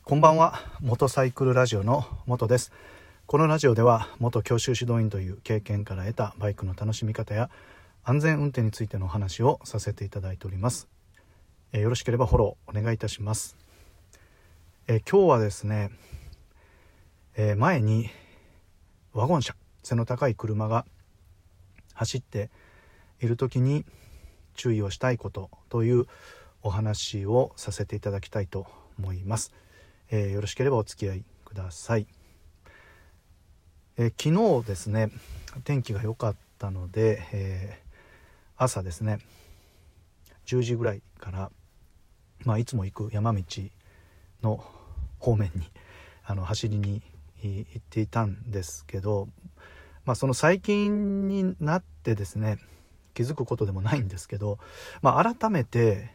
こんばんは。元サイクルラジオの元です。このラジオでは元教習指導員という経験から得たバイクの楽しみ方や安全運転についてのお話をさせていただいております。よろしければフォローお願いいたします。今日はですね、前にワゴン車、背の高い車が走っている時に注意をしたいことというお話をさせていただきたいと思います。よろしければお付き合いください。昨日ですね、天気が良かったので、朝ですね10時ぐらいから、いつも行く山道の方面に走りに行っていたんですけど、その最近になってですね気づくことでもないんですけど、改めて、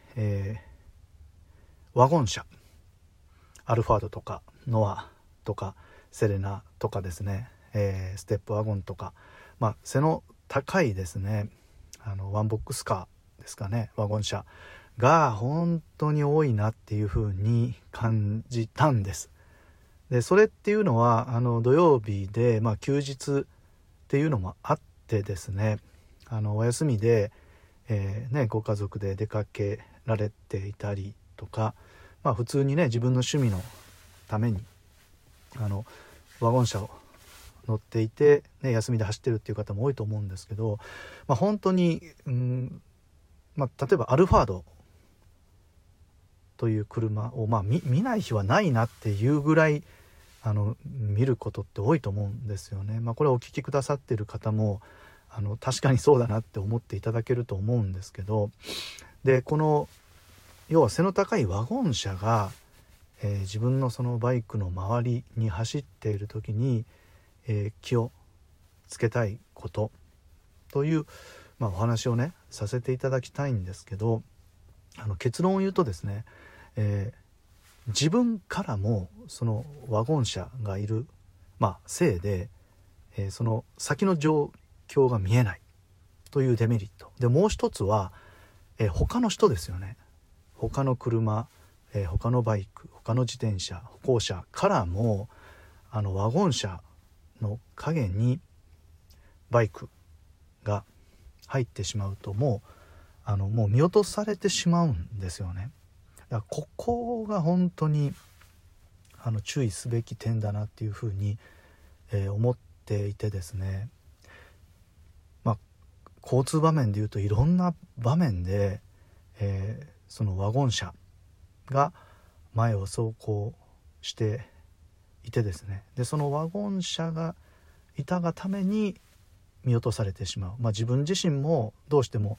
ワゴン車、アルファードとかノアとかセレナとかですね、ステップワゴンとか、背の高いですねワンボックスカーですかね、ワゴン車が本当に多いなっていう風に感じたんです。でそれっていうのは土曜日で、休日っていうのもあってですね、お休みで、ご家族で出かけられていたりとか、普通にね自分の趣味のためにワゴン車を乗っていて、休みで走ってるっていう方も多いと思うんですけど、本当に、例えばアルファードという車を、見ない日はないなっていうぐらい見ることって多いと思うんですよね。これをお聞きくださっている方も確かにそうだなって思っていただけると思うんですけど、でこの要は背の高いワゴン車が、自分のそのバイクの周りに走っている時に、気をつけたいことという、お話をねさせていただきたいんですけど、結論を言うとですね、自分からもそのワゴン車がいる、せいで、その先の状況が見えないというデメリットで、もう一つは、他の人ですよね。他の車、他のバイク、他の自転車、歩行者からもワゴン車の影にバイクが入ってしまうともう見落とされてしまうんですよね。だからここが本当に注意すべき点だなっていうふうに、思っていてですね、交通場面でいうといろんな場面で、そのワゴン車が前を走行していてですね、でそのワゴン車がいたがために見落とされてしまう、自分自身もどうしても、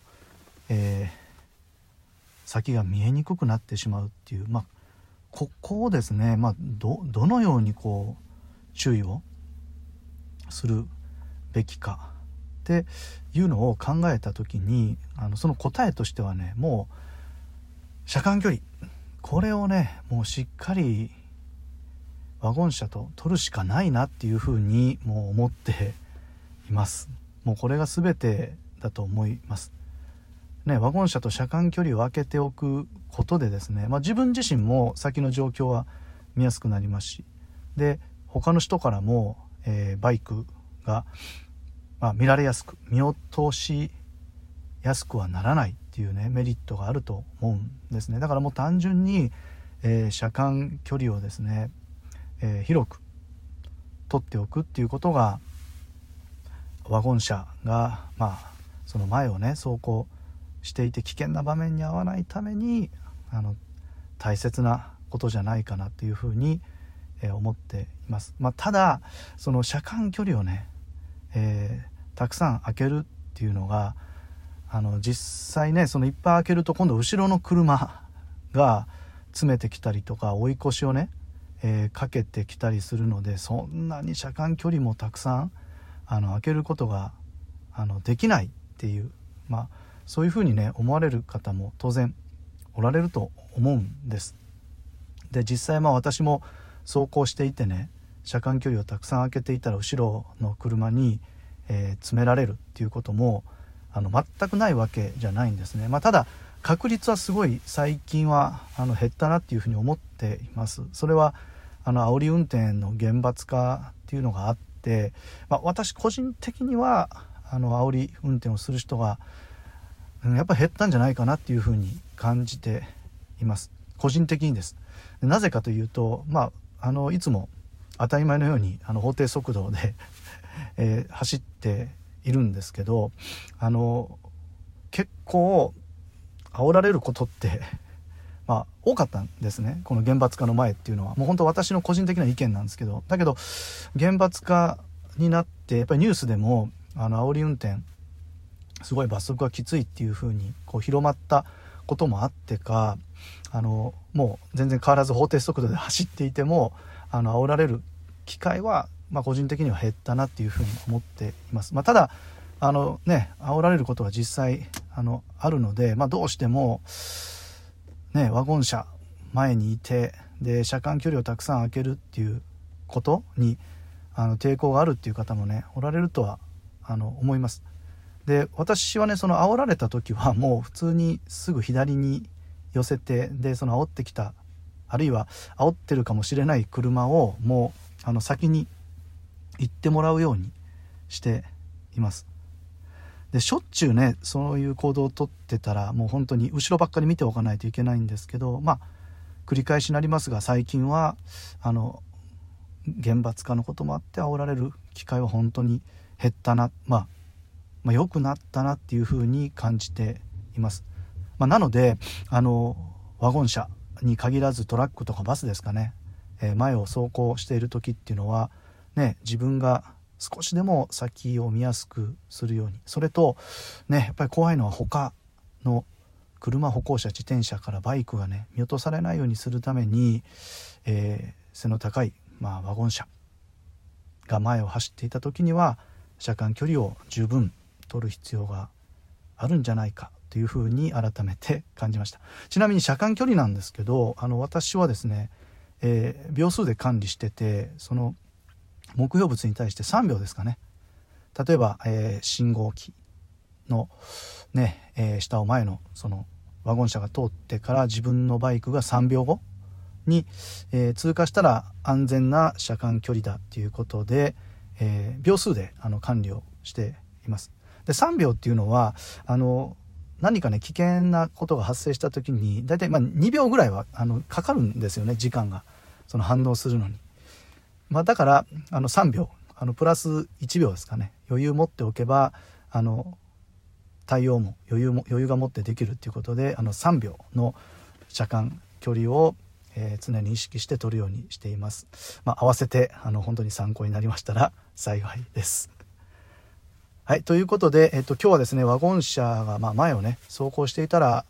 先が見えにくくなってしまうっていう、ここをですね、どのように注意をするべきかっていうのを考えた時にその答えとしてはね、もう車間距離、これをねもうしっかりワゴン車と取るしかないなっていうふうにもう思っています。もうこれが全てだと思いますね。ワゴン車と車間距離を空けておくことでですね、自分自身も先の状況は見やすくなりますし、で他の人からも、バイクが、見られやすく、見落としやすくはならないっていうねメリットがあると思うんですね。だからもう単純に、車間距離をですね、広く取っておくっていうことがワゴン車がその前をね走行していて危険な場面に遭わないために大切なことじゃないかなっていうふうに、思っています。ただその車間距離をね、たくさん空けるっていうのが実際ね、そのいっぱい空けると今度後ろの車が詰めてきたりとか追い越しをね、かけてきたりするので、そんなに車間距離もたくさん空けることができないっていう、そういうふうにね思われる方も当然おられると思うんです。で実際私も走行していてね、車間距離をたくさん空けていたら後ろの車に、詰められるっていうことも全くないわけじゃないんですね。ただ確率はすごい最近は減ったなっていうふうに思っています。それは煽り運転の厳罰化っていうのがあって、私個人的には煽り運転をする人がやっぱり減ったんじゃないかなっていうふうに感じています。個人的にです。なぜかというと、いつも当たり前のように法定速度で走っているんですけど、結構煽られることって多かったんですね。この厳罰化の前っていうのはもう本当私の個人的な意見なんですけど、だけど厳罰化になってやっぱりニュースでも煽り運転すごい罰則がきついっていう風に広まったこともあってか、もう全然変わらず法定速度で走っていても煽られる機会は個人的には減ったなっていう風に思っています。ただ煽られることは実際あるので、どうしてもワゴン車前にいてで車間距離をたくさん空けるっていうことに抵抗があるっていう方もおられるとは思います。で私はその煽られた時はもう普通にすぐ左に寄せて、でその煽ってきたあるいは煽ってるかもしれない車をもう先に行ってもらうようにしています。でしょっちゅうそういう行動をとってたらもう本当に後ろばっかり見ておかないといけないんですけど、繰り返しになりますが最近は厳罰化のこともあって煽られる機会は本当に減ったな、良くなったなっていうふうに感じています。なのでワゴン車に限らずトラックとかバスですかね、前を走行している時っていうのは自分が少しでも先を見やすくするように、それとやっぱり怖いのは他の車、歩行者、自転車からバイクが見落とされないようにするために、背の高い、ワゴン車が前を走っていた時には車間距離を十分取る必要があるんじゃないかというふうに改めて感じました。ちなみに車間距離なんですけど私はですね、秒数で管理してて、その目標物に対して3秒ですかね。例えば、信号機の下を前のそのワゴン車が通ってから自分のバイクが3秒後に、通過したら安全な車間距離だっていうことで、秒数で管理をしています。で3秒っていうのは何か危険なことが発生した時にだいたい2秒ぐらいはかかるんですよね、時間がその反応するのに。だから3秒プラス1秒ですかね、余裕持っておけば対応も余裕が持ってできるっていうことで3秒の車間距離を、常に意識して取るようにしています。合わせて本当に参考になりましたら幸いです。はい、ということで、今日はですねワゴン車が前を走行していたら、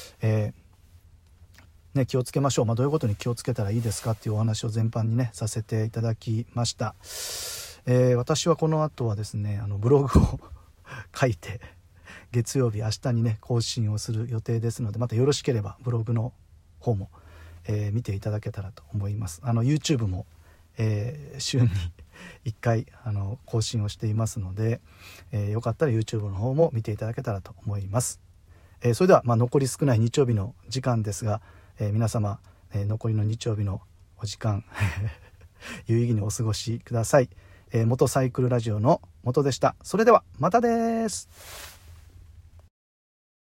気をつけましょう、どういうことに気をつけたらいいですかっていうお話を全般にさせていただきました。私はこの後はですねブログを書いて月曜日明日に更新をする予定ですので、またよろしければブログの方も、見ていただけたらと思います。YouTube も、週に1回更新をしていますので、よかったら YouTube の方も見ていただけたらと思います。それでは残り少ない日曜日の時間ですが、皆様、残りの日曜日のお時間有意義にお過ごしください。元サイクルラジオの元でした。それではまたです。